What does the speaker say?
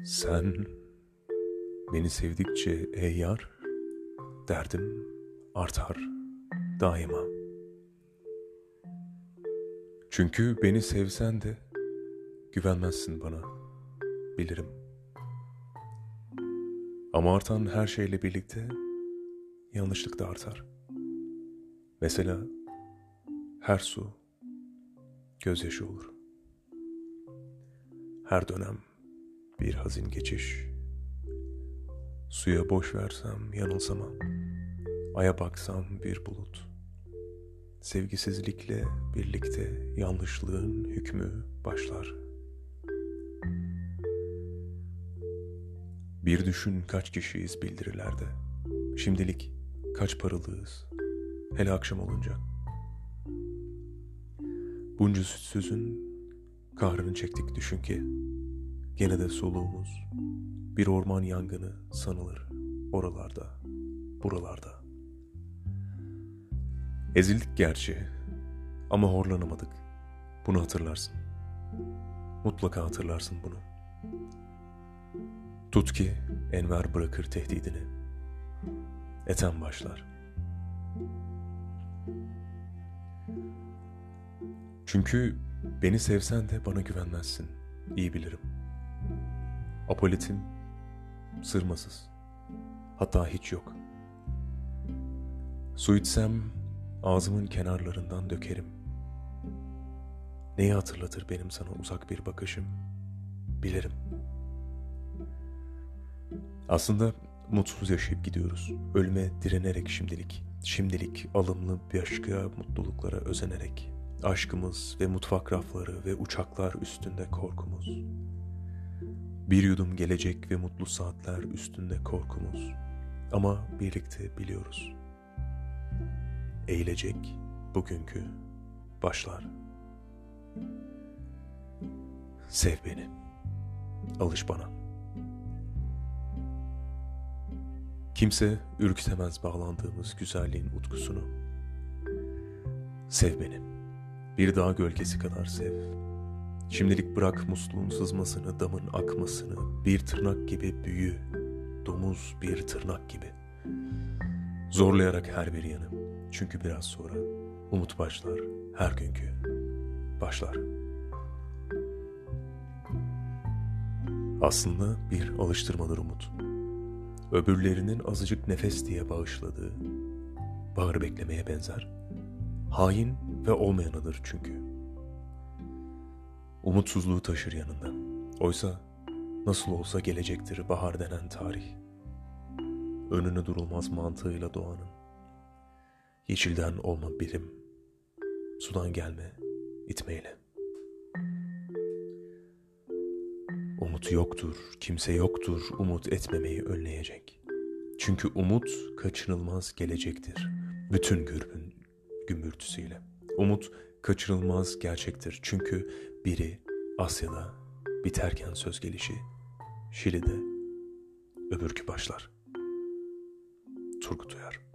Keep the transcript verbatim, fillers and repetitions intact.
Sen beni sevdikçe ey yar, derdim artar daima. Çünkü beni sevsen de güvenmezsin bana, bilirim. Ama artan her şeyle birlikte yanlışlık da artar. Mesela her su gözyaşı olur. Her dönem bir hazin geçiş. Suya boş versem yanılsamam. Aya baksam bir bulut. Sevgisizlikle birlikte yanlışlığın hükmü başlar. Bir düşün kaç kişiyiz bildirilerde. Şimdilik kaç paralığız, hele akşam olunca. Bunca sütsüzün kahrını çektik düşün ki, gene de soluğumuz bir orman yangını sanılır oralarda, buralarda. Ezildik gerçi ama horlanamadık. Bunu hatırlarsın. Mutlaka hatırlarsın bunu. Tut ki Enver bırakır tehdidini. Ethem başlar. Çünkü beni sevsen de bana güvenmezsin. İyi bilirim. Apolitim, sırmasız. Hatta hiç yok. Su içsem ağzımın kenarlarından dökerim. Neyi hatırlatır benim sana uzak bir bakışım? Bilirim. Aslında mutsuz yaşayıp gidiyoruz. Ölüme direnerek şimdilik. Şimdilik alımlı başka mutluluklara özenerek. Aşkımız ve mutfak rafları ve uçaklar üstünde korkumuz. Bir yudum gelecek ve mutlu saatler üstünde korkumuz. Ama birlikte biliyoruz. Eğilecek bugünkü başlar. Sev beni. Alış bana. Kimse ürkütemez bağlandığımız güzelliğin utkusunu. Sev beni. Bir dağ gölgesi kadar sev. Şimdilik bırak musluğun sızmasını, damın akmasını, bir tırnak gibi büyü, domuz bir tırnak gibi. Zorlayarak her bir yanı. Çünkü biraz sonra umut başlar, her günkü başlar. Aslında bir alıştırmadır umut. Öbürlerinin azıcık nefes diye bağışladığı, bağır beklemeye benzer. Hain ve olmayanıdır çünkü. Umutsuzluğu taşır yanında. Oysa nasıl olsa gelecektir bahar denen tarih. Önüne durulmaz mantığıyla doğanın. Yeşilden olma birim, sudan gelme itmeyle. Umut yoktur, kimse yoktur umut etmemeyi önleyecek. Çünkü umut kaçınılmaz gelecektir, bütün gürbün gümbürtüsüyle. Umut kaçınılmaz gerçektir çünkü biri Asya'da biterken söz gelişi, Şili'de öbürkü başlar. Turgut Uyar.